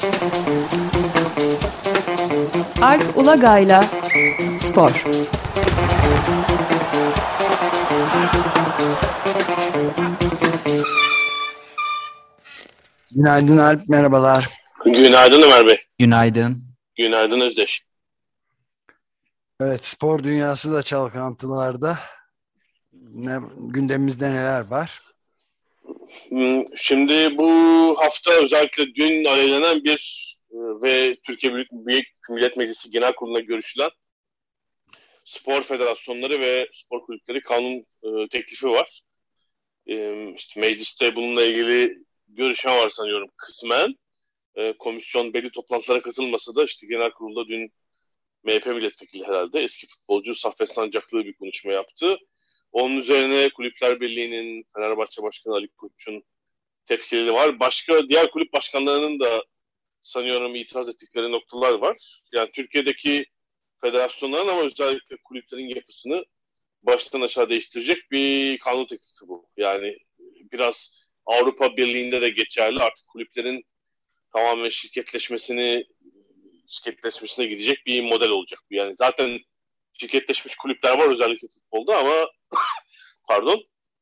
Alp Ulagay'la Spor. Günaydın Alp, merhabalar. Günaydın Ömer Bey. Günaydın. Günaydın Özdeş. Evet, spor dünyası da çalkantılarda. Gündemimizde neler var? Şimdi bu hafta özellikle dün alelenen ve Türkiye Büyük Millet Meclisi Genel Kurulu'nda görüşülen spor federasyonları ve spor kulüpleri kanun teklifi var. İşte mecliste bununla ilgili görüşme var sanıyorum kısmen. Komisyon belli toplantılara katılmasa da işte genel kurulda dün MHP milletvekili herhalde eski futbolcu Saffet Sancaklı bir konuşma yaptı. Onun üzerine Kulüpler Birliği'nin Fenerbahçe Başkanı Ali Koç'un tepkileri var. Başka diğer kulüp başkanlarının da sanıyorum itiraz ettikleri noktalar var. Yani Türkiye'deki federasyonların ama özellikle kulüplerin yapısını baştan aşağı değiştirecek bir kanun teklifi bu. Yani biraz Avrupa Birliği'nde de geçerli, artık kulüplerin tamamen şirketleşmesine gidecek bir model olacak. Yani zaten şirketleşmiş kulüpler var özellikle futbolda ama pardon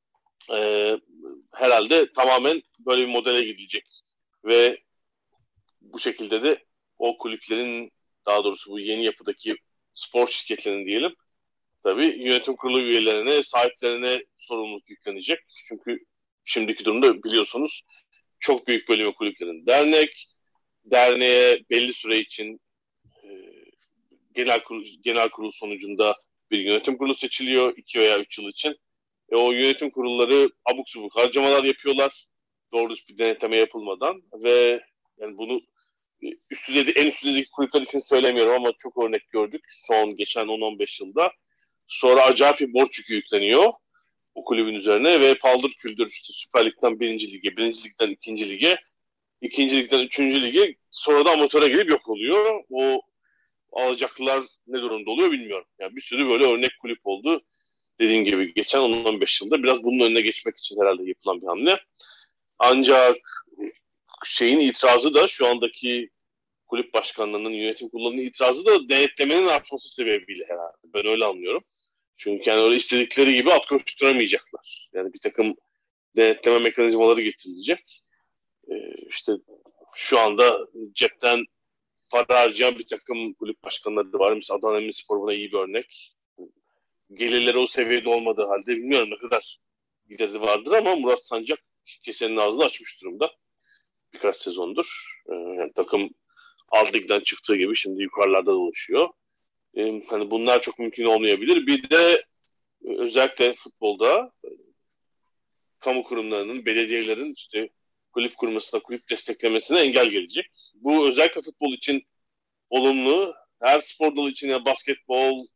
herhalde tamamen böyle bir modele gidilecek ve bu şekilde de o kulüplerin, daha doğrusu bu yeni yapıdaki spor şirketlerinin diyelim, tabii yönetim kurulu üyelerine, sahiplerine sorumluluk yüklenecek. Çünkü şimdiki durumda biliyorsunuz çok büyük bölümü kulüplerin derneğe belli süre için genel kurul sonucunda bir yönetim kurulu seçiliyor 2 veya 3 yıl için. O yönetim kurulları abuk subuk harcamalar yapıyorlar. Doğru düz bir denetleme yapılmadan ve yani bunu en üst düzeydeki kulüpler için söylemiyorum ama çok örnek gördük son geçen 10-15 yılda. Sonra acayip bir borç yükü yükleniyor o kulübün üzerine ve paldır küldür işte Süper Lig'den 1. Lige, 1. Lig'den 2. Lige, 2. Lig'den 3. Lige, sonra da amatöre gelip yok oluyor. O alacaklılar ne durumda oluyor bilmiyorum. Yani bir sürü böyle örnek kulüp oldu. Dediğim gibi geçen 10-15 yılda biraz bunun önüne geçmek için herhalde yapılan bir hamle. Ancak şeyin itirazı da şu andaki kulüp başkanlarının, yönetim kurullarının itirazı da denetlemenin artması sebebiyle herhalde. Ben öyle anlıyorum. Çünkü yani öyle istedikleri gibi at koşturamayacaklar. Yani bir takım denetleme mekanizmaları getirilecek. İşte şu anda cepten para harcayan bir takım kulüp başkanları da var. Mesela Adana Demirspor buna iyi bir örnek. Gelirleri o seviyede olmadığı halde bilmiyorum ne kadar gideri vardır ama Murat Sancak kesenin ağzını açmış durumda. Birkaç sezondur. Yani takım alt ligden çıktığı gibi şimdi yukarılarda dolaşıyor. Hani bunlar çok mümkün olmayabilir. Bir de özellikle futbolda kamu kurumlarının, belediyelerin işte kulüp kurmasına, kulüp desteklemesine engel gelecek. Bu özellikle futbol için olumlu. Her spor dalı için, yani basketbol,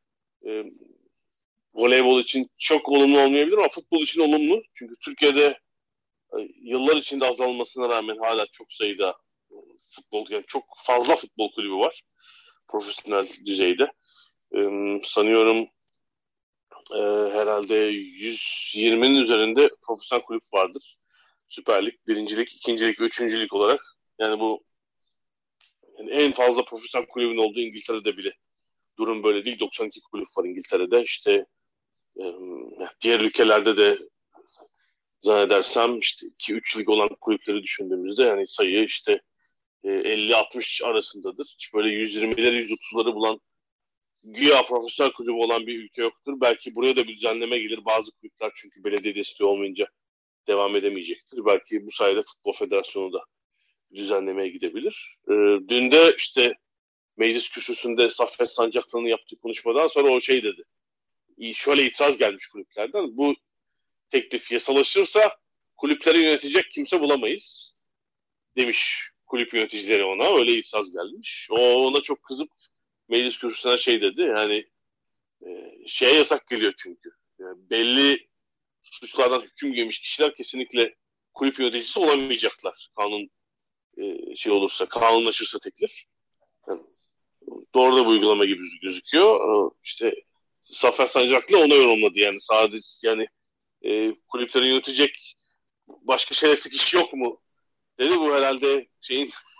voleybol için çok olumlu olmayabilir ama futbol için olumlu. Çünkü Türkiye'de yıllar içinde azalmasına rağmen hala çok sayıda futbol, yani çok fazla futbol kulübü var profesyonel düzeyde. Sanıyorum herhalde 120'nin üzerinde profesyonel kulüp vardır. Süper Lig, 1. Lig, 2. Lig, 3. Lig olarak. Yani bu yani en fazla profesyonel kulübün olduğu İngiltere'de bile durum böyle değil. 92 kulüp var İngiltere'de. İşte diğer ülkelerde de zannedersem işte 2-3 lig olan kulüpleri düşündüğümüzde yani sayı işte 50-60 arasındadır. Hiç böyle 120'leri 130'ları bulan güya profesyonel kulübü olan bir ülke yoktur. Belki buraya da bir düzenleme gelir. Bazı kulüpler çünkü belediye desteği olmayınca devam edemeyecektir. Belki bu sayede Futbol Federasyonu da düzenlemeye gidebilir. Dün de işte meclis kürsüsünde Saffet Sancaklı'nın yaptığı konuşmadan sonra o şey dedi. Şöyle itiraz gelmiş kulüplerden. Bu teklif yasalaşırsa kulüpleri yönetecek kimse bulamayız demiş kulüp yöneticileri ona. Öyle itiraz gelmiş. O ona çok kızıp meclis kürsüsüne şey dedi. Yani şeye yasak geliyor çünkü. Yani belli suçlardan hüküm giymiş kişiler kesinlikle kulüp yöneticisi olamayacaklar. Kanun şey olursa, kanunlaşırsa teklif. Yani doğru da bu uygulama gibi gözüküyor. İşte Zafer Sancaklı ona yorumladı yani sadece yani kulüpleri yönetecek başka şerefli kişi yok mu dedi. Bu herhalde şeyin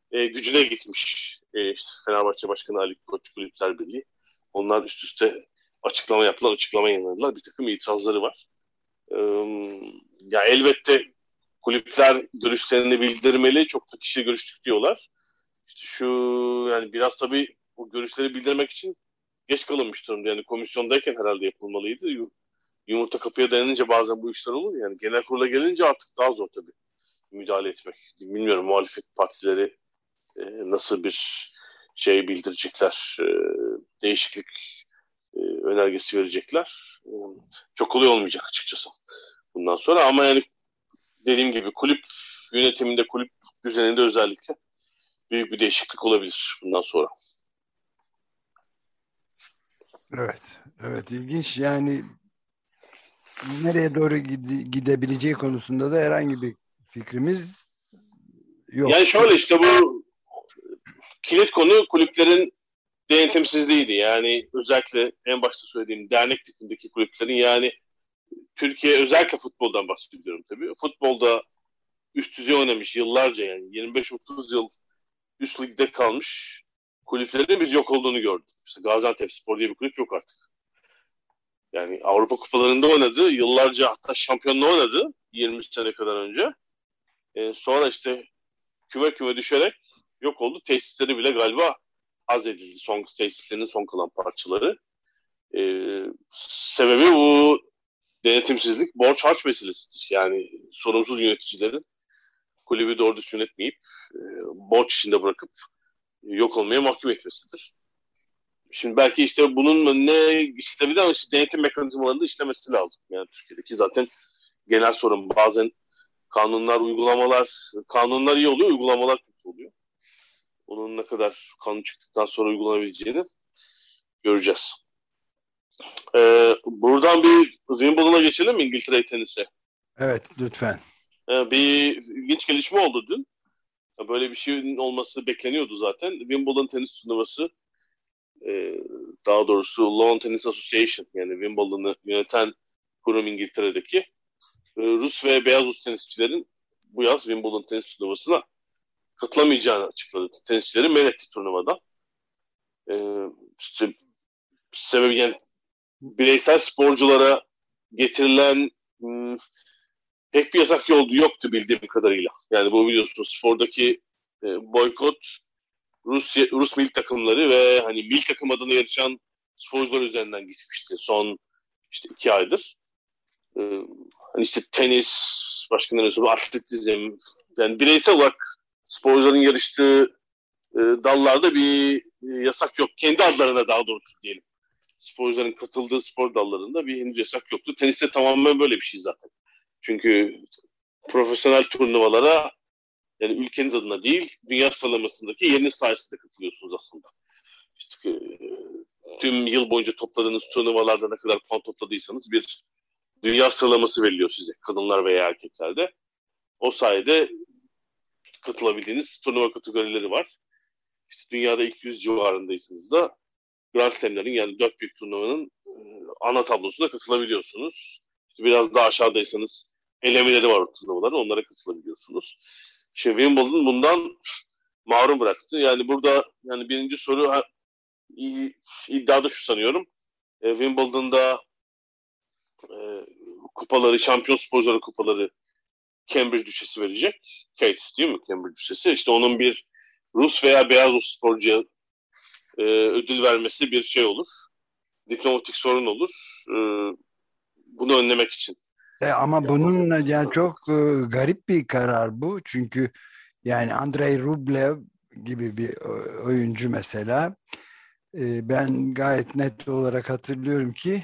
gücüne gitmiş. İşte Fenerbahçe Başkanı Ali Koç, Kulüpler Birliği. Onlar üst üste açıklama yaptılar, açıklama yayınladılar. Bir takım itirazları var. E, Ya elbette kulüpler görüşlerini bildirmeli. Çok da kişiyle görüştük diyorlar. İşte şu yani biraz tabii o görüşleri bildirmek için geç kalınmış durumda. Yani komisyondayken herhalde yapılmalıydı. Yumurta kapıya dayanınca bazen bu işler olur. Yani genel kurula gelince artık daha zor tabii müdahale etmek. Bilmiyorum muhalefet partileri nasıl bir şey bildirecekler, değişiklik önergesi verecekler. Çok kolay olmayacak açıkçası bundan sonra. Ama yani dediğim gibi kulüp yönetiminde, kulüp düzeninde özellikle büyük bir değişiklik olabilir bundan sonra. Evet, evet ilginç. Yani nereye doğru gidebileceği konusunda da herhangi bir fikrimiz yok. Yani şöyle işte bu kilit konu kulüplerin denetimsizliğiydi. Yani özellikle en başta söylediğim dernek tipindeki kulüplerin yani Türkiye özellikle futboldan bahsediyorum tabii. Futbolda üst düzey oynamış yıllarca yani 25-30 yıl üst ligde kalmış kulüplerin biz yok olduğunu gördük. İşte Gaziantepspor diye bir kulüp yok artık. Yani Avrupa kupalarında oynadı. Yıllarca hatta şampiyonluğu oynadı 20 sene kadar önce. Sonra işte küme küme düşerek yok oldu. Tesisleri bile galiba azledildi. Son tesislerinin son kalan parçaları. Sebebi bu denetimsizlik, borç harç meselesidir. Yani sorumsuz yöneticilerin kulübü doğru düzgün yönetmeyip borç içinde bırakıp yok olmaya mahkum etmesidir. Şimdi belki işte bunun önüne işletebilir ama işte denetim mekanizmalarında işlemesi lazım. Yani Türkiye'deki zaten genel sorun bazen kanunlar, uygulamalar, kanunlar iyi oluyor, uygulamalar kötü oluyor. Onun ne kadar kanun çıktıktan sonra uygulanabileceğini göreceğiz. Buradan bir Wimbledon'a geçelim mi İngiltere tenise? Evet, lütfen. Bir ilginç gelişme oldu dün. Böyle bir şeyin olması bekleniyordu zaten. Wimbledon tenis turnuvası e, daha doğrusu Lawn Tennis Association yani Wimbledon'ı yöneten kurum İngiltere'deki Rus ve beyaz Rus tenisçilerin bu yaz Wimbledon tenis turnuvasına katılamayacağını açıkladı. Tenisçilerin men etti turnuvadan. E, işte sebebi yani bireysel sporculara getirilen pek bir yasak yoktu bildiğim kadarıyla. Yani bu biliyorsunuz spordaki boykot Rus milli takımları ve hani milli takım adına yarışan sporcular üzerinden gitmişti son işte 2 aydır. Ee, Hani işte tenis, başka ne söyleyeyim, atletizm, yani bireysel olarak sporcuların yarıştığı dallarda bir yasak yok. Kendi adlarına daha doğrusu diyelim. Sporcuların katıldığı spor dallarında bir henüz yasak yoktu. Teniste tamamen böyle bir şey zaten. Çünkü profesyonel turnuvalara yani ülkeniz adına değil, dünya sıralamasındaki yeriniz sayesinde katılıyorsunuz aslında. İşte, tüm yıl boyunca topladığınız turnuvalarda ne kadar puan topladıysanız bir dünya sıralaması veriliyor size. Kadınlar veya erkeklerde. O sayede katılabildiğiniz turnuva kategorileri var. İşte dünyada ilk 100 civarındaysanız da Grand Slam'lerin yani 4 büyük turnuvanın ana tablosuna katılabiliyorsunuz. İşte biraz daha aşağıdaysanız elemeleri var o turnuvaların. Onlara katılabiliyorsunuz. Şimdi Wimbledon bundan mahrum bıraktı. Yani burada yani birinci soru iddiada şu sanıyorum. Wimbledon'da e, kupaları, şampiyon sporcuları kupaları Cambridge Düşesi verecek. Kate değil mi Cambridge Düşesi? İşte onun bir Rus veya beyaz Rus sporcuya ödül vermesi bir şey olur. Diplomatik sorun olur. Bunu önlemek için. Ama bunun yani çok garip bir karar bu. Çünkü yani Andrei Rublev gibi bir oyuncu mesela ben gayet net olarak hatırlıyorum ki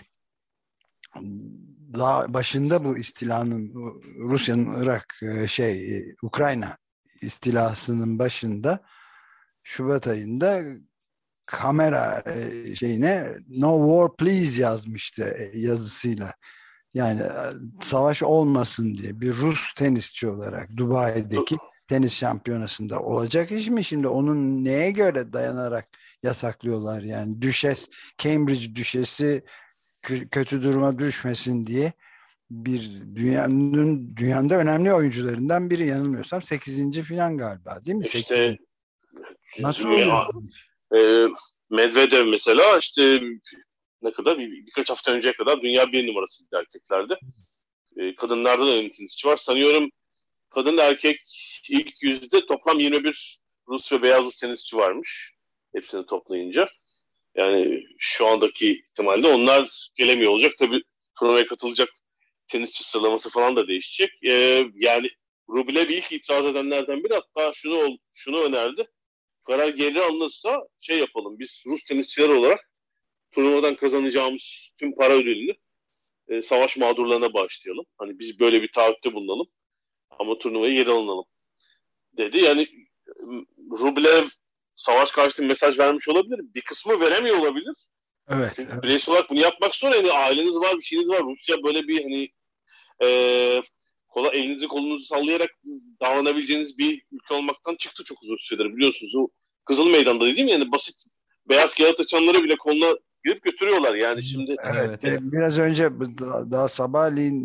daha başında bu istilanın Rusya'nın Irak Ukrayna istilasının başında Şubat ayında kamera şeyine "No war please" yazmıştı yazısıyla. Yani savaş olmasın diye bir Rus tenisçi olarak Dubai'deki tenis şampiyonasında olacak iş mi şimdi? Onun neye göre dayanarak yasaklıyorlar yani? Cambridge düşesi kötü duruma düşmesin diye bir dünyada önemli oyuncularından biri yanılmıyorsam 8. falan galiba değil mi? İşte 8. Nasıl Me- oluyor? Medvedev mesela işte ne kadar birkaç hafta önceye kadar dünya bir numarasıydı erkeklerde. Kadınlarda da önemli tenisçi var. Sanıyorum kadın erkek ilk yüzde toplam 21 Rus ve beyaz Rus tenisçi varmış. Hepsini toplayınca. Yani şu andaki ihtimalle onlar gelemiyor olacak. Tabii turnuvaya katılacak tenisçi sıralaması falan da değişecek. Yani Rublev ilk itiraz edenlerden biri, hatta şunu önerdi. Karar geri alınırsa şey yapalım. Biz Rus tenisçiler olarak turnuvadan kazanacağımız tüm para ödülünü savaş mağdurlarına bağışlayalım. Hani biz böyle bir taahhütte bulunalım ama turnuvaya geri alınalım dedi. Yani Rublev savaş karşıtı mesaj vermiş olabilir. Bir kısmı veremiyor olabilir. Evet, Çünkü evet. bireysel olarak bunu yapmak zor. Yani aileniz var, bir şeyiniz var. Rusya böyle bir hani e, elinizi kolunuzu sallayarak davranabileceğiniz bir ülke olmaktan çıktı çok uzun süredir. Biliyorsunuz o Kızıl Meydan'da değil mi? Yani basit beyaz kağıt açanları bile koluna girip götürüyorlar. Yani şimdi Evet, Evet. biraz önce daha sabahleyin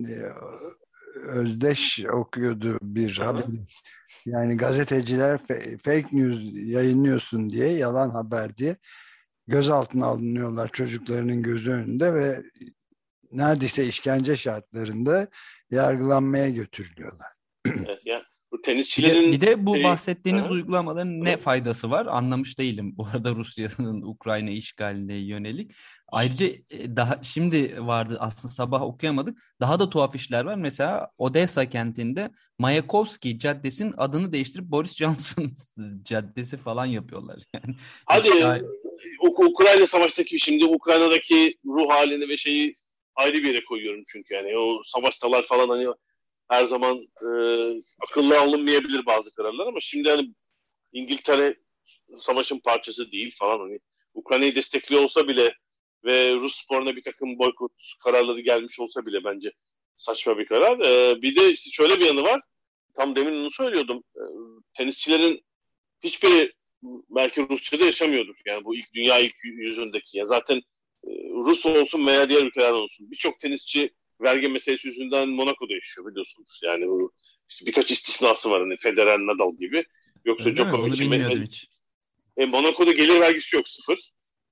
Özdeş okuyordu bir haber. Aha. Yani gazeteciler fake news yayınlıyorsun diye, yalan haber diye gözaltına alınıyorlar çocuklarının gözü önünde ve neredeyse işkence şartlarında yargılanmaya götürülüyorlar. Evet, yani bu Bir de, tenisçilerin bir de bu şey, bahsettiğiniz aha, uygulamaların ne aha. faydası var anlamış değilim. Bu arada Rusya'nın Ukrayna işgaline yönelik. Ayrıca daha şimdi vardı aslında sabah okuyamadık. Daha da tuhaf işler var. Mesela Odessa kentinde Mayakovski Caddesi'nin adını değiştirip Boris Johnson Caddesi falan yapıyorlar. Yani Hadi işgal. Ukrayna savaştaki, şimdi Ukrayna'daki ruh halini ve şeyi ayrı bir yere koyuyorum çünkü yani o savaştalar falan hani her zaman akıllı alınmayabilir bazı kararlar ama şimdi hani İngiltere savaşın parçası değil falan, hani Ukrayna'yı destekliyor olsa bile ve Rus sporuna bir takım boykot kararları gelmiş olsa bile bence saçma bir karar. Bir de işte şöyle bir yanı var. Tam demin onu söylüyordum. Tenisçilerin hiçbiri belki Rusya'da yaşamıyordur. Yani bu dünya ilk yüzündeki. Ya zaten Rus olsun veya diğer ülkeler olsun. Birçok tenisçi vergi meselesi yüzünden Monaco'da yaşıyor biliyorsunuz. Yani bu işte birkaç istisnası var hani Federer, Nadal gibi. Yoksa Öyle mi? Bunu Djokovic'in bilmiyordum hiç. Monaco'da gelir vergisi yok, sıfır.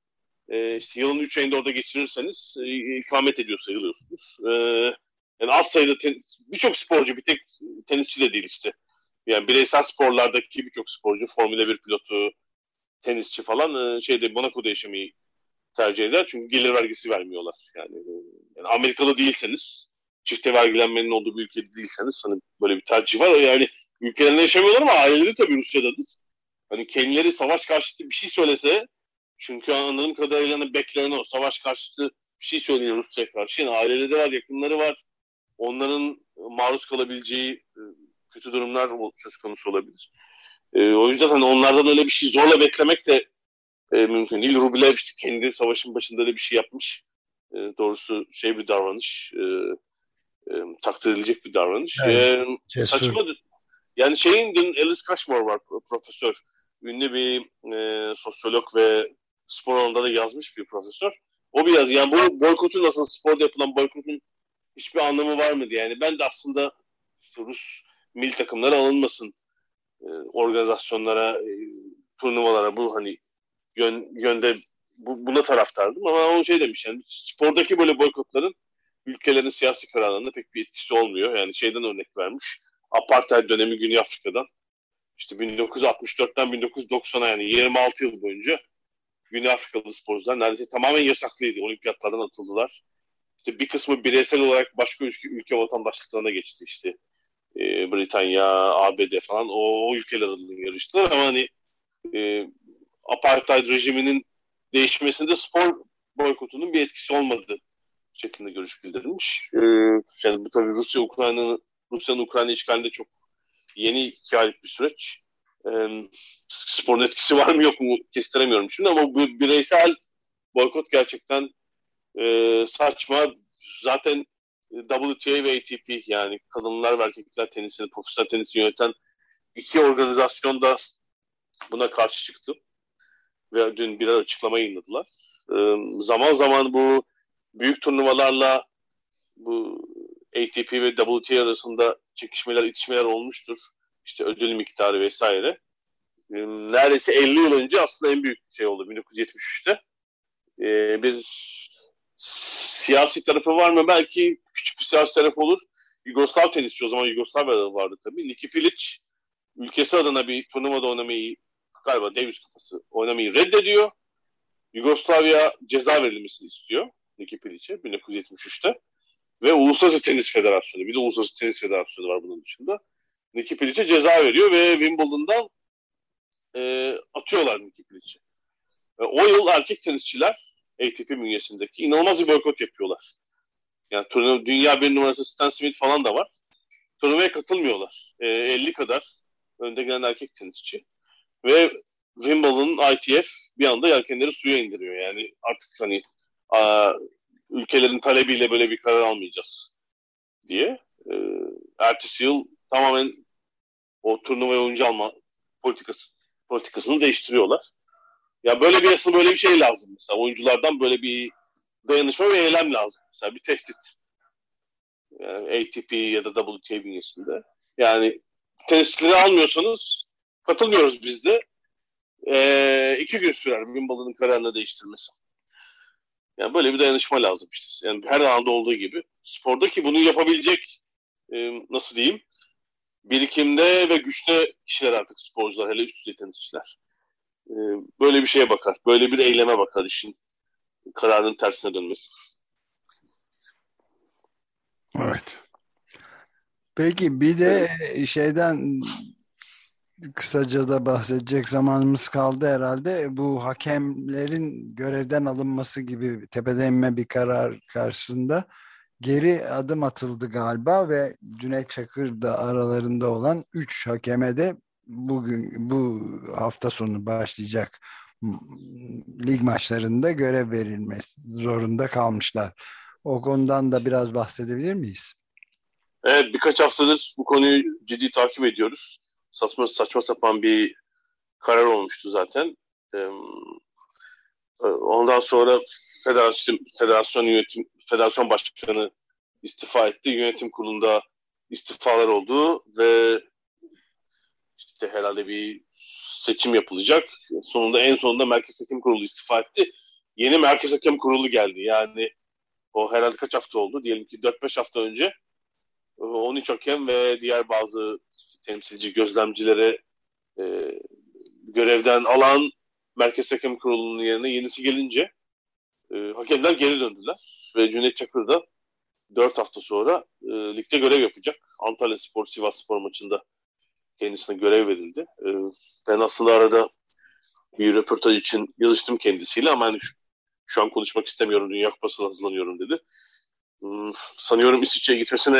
İşte yılın 3 ayında orada geçirirseniz ikamet ediyor sayılıyorsunuz. Yani az sayıda birçok sporcu, bir tek tenisçi de değil işte. Yani bireysel sporlardaki birçok sporcu, Formula 1 pilotu, tenisçi falan şeyde Monaco'da yaşamayı tercih eder. Çünkü gelir vergisi vermiyorlar. Yani Amerikalı değilseniz, çifte vergilenmenin olduğu bir ülkede değilseniz hani böyle bir tercih var. Yani ülkelerinde yaşamıyorlar ama aileleri tabii Rusya'dadır. Hani kendileri savaş karşıtı bir şey söylese, çünkü anladığım kadarıyla hani beklenen o savaş karşıtı bir şey söylüyor Rusya'ya karşı. Yani aileleri var, yakınları var. Onların maruz kalabileceği kötü durumlar söz konusu olabilir. O yüzden hani onlardan öyle bir şey zorla beklemek de mümkün değil. Rublev işte kendi savaşın başında da bir şey yapmış. Doğrusu şey bir davranış. Takdir edilecek bir davranış. Evet, cesur. Saçma. Yani şeyin dün Alice Cashmore var, profesör. Ünlü bir sosyolog ve spor alanında da yazmış bir profesör. O biraz yani bu boykotun, nasıl sporda yapılan boykotun hiçbir anlamı var mı diye. Yani ben de aslında işte Rus milli takımları alınmasın organizasyonlara, turnuvalara, bu hani yönde buna taraftardım ama o şey demiş yani spordaki böyle boykotların ülkelerin siyasi kararlarında pek bir etkisi olmuyor. Yani şeyden örnek vermiş. Apartheid dönemi Güney Afrika'dan. İşte 1964'ten 1990'a yani 26 yıl boyunca Güney Afrikalı sporcular neredeyse tamamen yasaklıydı. Olimpiyatlardan atıldılar. İşte bir kısmı bireysel olarak başka ülke vatandaşlıklarına geçti işte. Britanya, ABD falan o ülkeler adına yarıştılar ama hani e, apartheid rejiminin değişmesinde spor boykotunun bir etkisi olmadı şeklinde görüş bildirilmiş. Yani bu tabii Rusya'nın Ukrayna işgalinde çok yeni 2 aylık bir süreç. Sporun etkisi var mı yok mu kestiremiyorum şimdi ama bu bireysel boykot gerçekten saçma. Zaten WTA ve ATP, yani kadınlar ve erkekler tenisini, profesyonel tenisini yöneten iki organizasyon da buna karşı çıktı ve dün birer açıklama yayınladılar. Zaman zaman bu büyük turnuvalarla bu ATP ve WTA arasında çekişmeler, itişmeler olmuştur. İşte ödül miktarı vesaire. neredeyse 50 yıl önce aslında en büyük şey oldu 1973'te. Bir siyasi tarafı var mı? Belki küçük bir siyasi tarafı olur. Yugoslav tenisçi, o zaman Yugoslavya'da vardı tabii. Niki Pilic ülkesi adına bir turnuvada oynamayı, galiba Davis Kupası oynamayı reddediyor. Yugoslavya ceza verilmesini istiyor Niki Pilic'e 1973'te. Ve Uluslararası Tenis Federasyonu, bir de Uluslararası Tenis Federasyonu var bunun dışında. Niki Pilic'e ceza veriyor ve Wimbledon'dan atıyorlar Niki Pilic'i. O yıl erkek tenisçiler ATP bünyesindeki inanılmaz bir boykot yapıyorlar. Yani dünya bir numarası Stan Smith falan da var. Turnuvaya katılmıyorlar. 50 kadar önde gelen erkek tenisçi. Ve Wimbledon ITF bir anda yelkenleri suya indiriyor. Yani artık hani ülkelerin talebiyle böyle bir karar almayacağız diye. Ertesi yıl tamamen o turnuvaya oyuncu alma politikasını değiştiriyorlar. Ya böyle bir aslında böyle bir şey lazım. Mesela oyunculardan böyle bir dayanışma ve eylem lazım. Mesela bir tehdit. Yani ATP ya da WTA bünyesinde. Yani tenisçileri almıyorsanız katılmıyoruz biz de. 2 gün sürer Wimbledon'ın kararını değiştirmesi. Yani böyle bir dayanışma lazım işte. Yani her alanda olduğu gibi. Spordaki bunu yapabilecek nasıl diyeyim birikimde ve güçte kişiler artık sporcular, hele üst düzey tenisçiler. Böyle bir şeye bakar. Böyle bir eyleme bakar işin kararının tersine dönmesi. Evet. Peki bir de şeyden kısaca da bahsedecek zamanımız kaldı herhalde. Bu hakemlerin görevden alınması gibi tepeden inme bir karar karşısında geri adım atıldı galiba ve Cüneyt Çakır da aralarında olan 3 hakeme de bu hafta sonu başlayacak lig maçlarında görev verilmesi zorunda kalmışlar. O konudan da biraz bahsedebilir miyiz? Evet, birkaç haftadır bu konuyu ciddi takip ediyoruz. Saçma sapan bir karar olmuştu zaten. Ondan sonra federasyon başkanı istifa etti. Yönetim kurulunda istifalar oldu ve işte herhalde bir seçim yapılacak. En sonunda Merkez Hakem Kurulu istifa etti. Yeni Merkez Hakem Kurulu geldi. Yani o herhalde kaç hafta oldu? Diyelim ki 4-5 hafta önce 13 hakem ve diğer bazı temsilci gözlemcilere görevden alan Merkez Hakem Kurulu'nun yerine yenisi gelince hakemler geri döndüler. Ve Cüneyt Çakır da 4 hafta sonra ligde görev yapacak. Antalya Spor, Sivas Spor maçında kendisine görev verildi. Ben aslında arada bir röportaj için yazıştım kendisiyle ama hani şu an konuşmak istemiyorum, Dünya Kupası'na hazırlanıyorum dedi. Sanıyorum İsviçre'ye gitmesine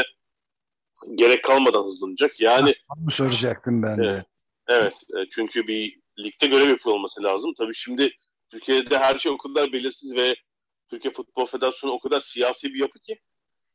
gerek kalmadan hızlanacak. Yani Bunu soracaktım ben de. evet, çünkü bir ligde görev yapıyor olması lazım. Tabii şimdi Türkiye'de her şey o kadar belirsiz ve Türkiye Futbol Federasyonu o kadar siyasi bir yapı ki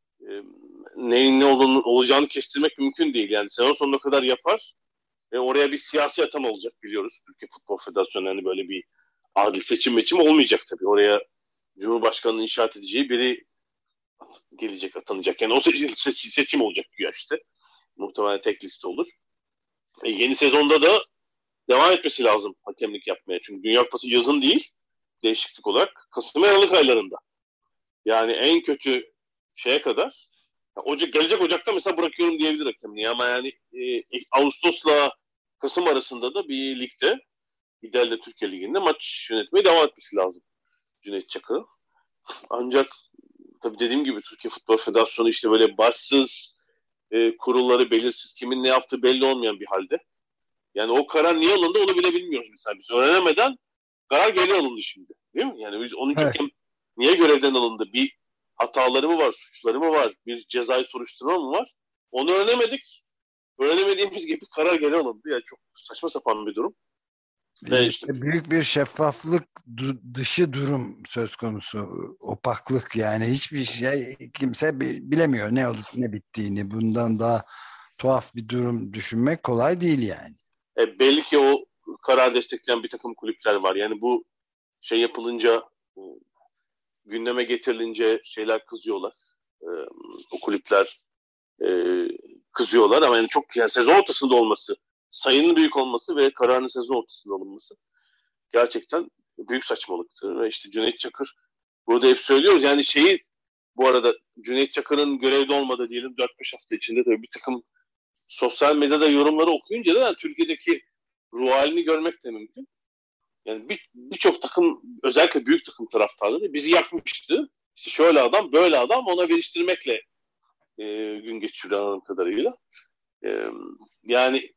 neyin ne olacağını kestirmek mümkün değil. Yani sezon sonuna kadar yapar ve oraya bir siyasi atama olacak biliyoruz. Türkiye Futbol Federasyonu yani böyle bir adil seçim olmayacak tabii. Oraya Cumhurbaşkanı'nın inşaat edeceği biri gelecek, atanacak. Yani o seçim olacak güya işte. Muhtemelen tek liste olur. Yeni sezonda da devam etmesi lazım hakemlik yapmaya. Çünkü Dünya Kupası yazın değil, değişiklik olarak Kasım Aralık aylarında. Yani en kötü şeye kadar gelecek Ocak'ta mesela bırakıyorum diyebilir hakemliği ama yani Ağustos'la Kasım arasında da bir ligde idealde Türkiye Ligi'nde maç yönetmeye devam etmesi lazım Cüneyt Çakır'ın. Ancak tabii dediğim gibi Türkiye Futbol Federasyonu işte böyle başsız kurulları belirsiz, kimin ne yaptığı belli olmayan bir halde. Yani o karar niye alındı onu bile bilmiyoruz mesela. Biz öğrenemeden karar geri alındı şimdi. Değil mi? Yani biz onun Evet. hakem niye görevden alındı? Bir hataları mı var, suçları mı var, bir cezai soruşturma mı var? Onu öğrenemedik. Öğrenemediğimiz gibi karar geri alındı. Yani çok saçma sapan bir durum. İşte Büyük bir şeffaflık dışı durum söz konusu. Opaklık yani hiçbir şey kimse bilemiyor ne olup ne bittiğini. Bundan daha tuhaf bir durum düşünmek kolay değil yani. belli ki o karar destekleyen bir takım kulüpler var. Yani bu şey yapılınca gündeme getirilince şeyler kızıyorlar. O kulüpler kızıyorlar ama yani çok yani sezon ortasında olması sayının büyük olması ve kararın sezon ortasında alınması gerçekten büyük saçmalıktı. Ve işte Cüneyt Çakır, burada hep söylüyoruz yani bu arada Cüneyt Çakır'ın görevde olmadığı diyelim 4-5 hafta içinde tabii bir takım sosyal medyada yorumları okuyunca da yani Türkiye'deki ruh halini görmek de mümkün. Yani birçok takım, özellikle büyük takım taraftarları bizi yakmıştı. İşte şöyle adam, böyle adam, ona veriştirmekle gün geçiriyor anladığım kadarıyla. Yani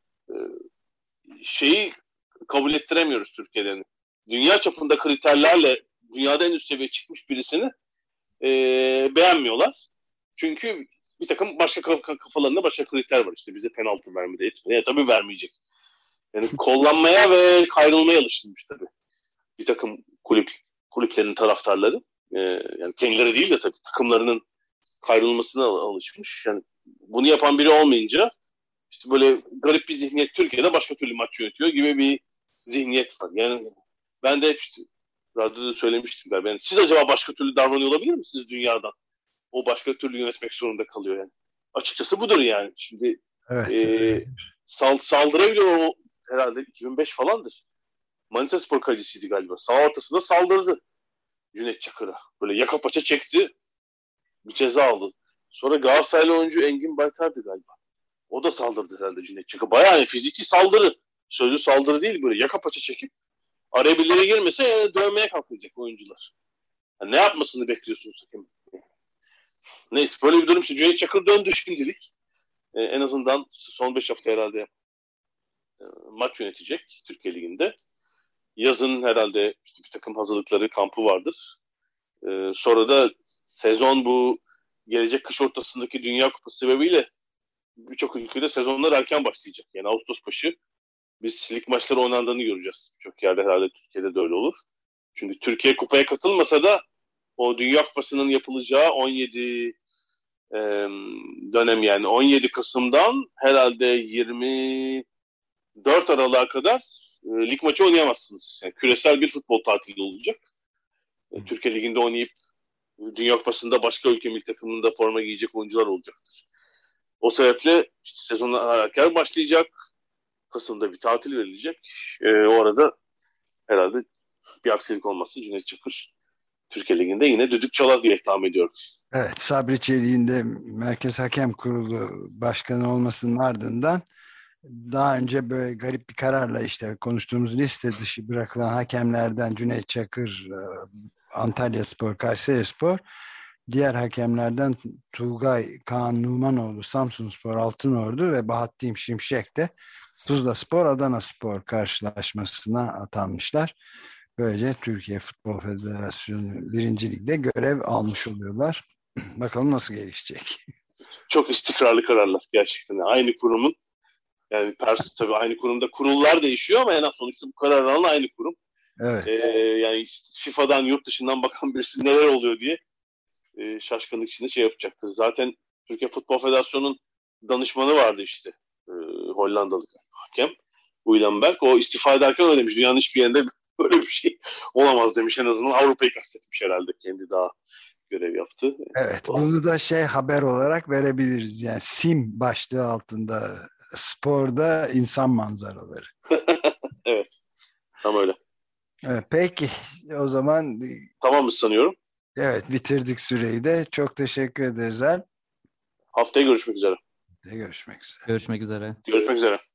şeyi kabul ettiremiyoruz Türkiye'den. Dünya çapında kriterlerle dünyada en üst seviyeye çıkmış birisini beğenmiyorlar. Çünkü bir takım başka kafalarında başka kriter var. İşte bize penaltı vermedi etmedi. Tabii vermeyecek. Yani kollanmaya ve kayrılmaya alışılmış tabii. Bir takım kulüplerin taraftarları. Yani kendileri değil de tabii takımlarının kayrılmasına alışmış. Yani bunu yapan biri olmayınca işte böyle garip bir zihniyet, Türkiye'de başka türlü maç yönetiyor gibi bir zihniyet var. Yani ben de hep işte radyoda söylemiştim galiba. Yani siz acaba başka türlü davranıyor olabilir misiniz dünyadan? O başka türlü yönetmek zorunda kalıyor yani. Açıkçası budur yani. Şimdi Evet. saldırı bile o herhalde 2005 falandır. Manisaspor kalecisiydi galiba. Sağ ortasında saldırdı Cüneyt Çakır'a. Böyle yaka paça çekti. Bir ceza aldı. Sonra Galatasaraylı oyuncu Engin Baytar'dı galiba. O da saldırdı herhalde Cüneyt Çakır'a. Bayağı yani fiziki saldırı. Sözlü saldırı değil, böyle yaka paça çekip araya birileri girmese yani dövmeye kalkacak oyuncular. Yani ne yapmasını bekliyorsunuz hakem? Neyse böyle bir durum işte. Cüneyt Çakır döndü şimdilik. En azından son 5 hafta herhalde maç yönetecek Türkiye Ligi'nde. Yazın herhalde işte bir takım hazırlıkları, kampı vardır. Sonra da sezon bu gelecek kış ortasındaki Dünya Kupası sebebiyle birçok ülkede sezonlar erken başlayacak. Yani Ağustos başı biz lig maçları oynandığını göreceğiz. Birçok yerde herhalde Türkiye'de de öyle olur. Çünkü Türkiye kupaya katılmasa da o Dünya Kupası'nın yapılacağı 17 dönem yani 17 Kasım'dan herhalde 24 Aralık'a kadar lig maçı oynayamazsınız. Yani küresel bir futbol tatili olacak. Türkiye Ligi'nde oynayıp Dünya Kupası'nda başka ülke milli takımında forma giyecek oyuncular olacaktır. O sebeple işte sezon erken başlayacak. Kasım'da bir tatil verilecek. O arada herhalde bir aksilik olmasın Cüneyt Çakır Türkiye Ligi'nde yine düdük çalar diye tahmin ediyorum. Evet, Sabri Çelik'in de Merkez Hakem Kurulu Başkanı olmasının ardından daha önce böyle garip bir kararla işte konuştuğumuz liste dışı bırakılan hakemlerden Cüneyt Çakır, Antalyaspor, Kayserispor, diğer hakemlerden Tuğgay Kaan Numanoğlu, Samsunspor, Altınordu ve Bahattin Şimşek de Tuzlaspor, Adanaspor karşılaşmasına atanmışlar. Böylece Türkiye Futbol Federasyonu 1. Lig'de görev almış oluyorlar. Bakalım nasıl gelişecek. Çok istikrarlı kararlar gerçekten. Aynı kurumun yani tabii aynı kurumda kurullar değişiyor ama en az sonuçta bu karar alan aynı kurum. Evet. Yani işte FIFA'dan yurt dışından bakan birisi neler oluyor diye şaşkınlık içinde yapacaktır. Zaten Türkiye Futbol Federasyonu'nun danışmanı vardı işte. Hollandalı hakem. Uylenberg. O istifa ederken öyle demiş. Dünyanın hiçbir yerinde böyle bir şey olamaz demiş. En azından Avrupa'yı kastetmiş herhalde. Kendi daha görev yaptı. Evet. Bunu da haber olarak verebiliriz. Yani SIM başlığı altında sporda insan manzaraları. Evet. Tam öyle. Evet, peki. O zaman Tamam mı sanıyorum? evet, bitirdik süreyi de. Çok teşekkür ederiz. Haftaya görüşmek üzere. Görüşmek üzere. Görüşmek üzere. Görüşmek üzere.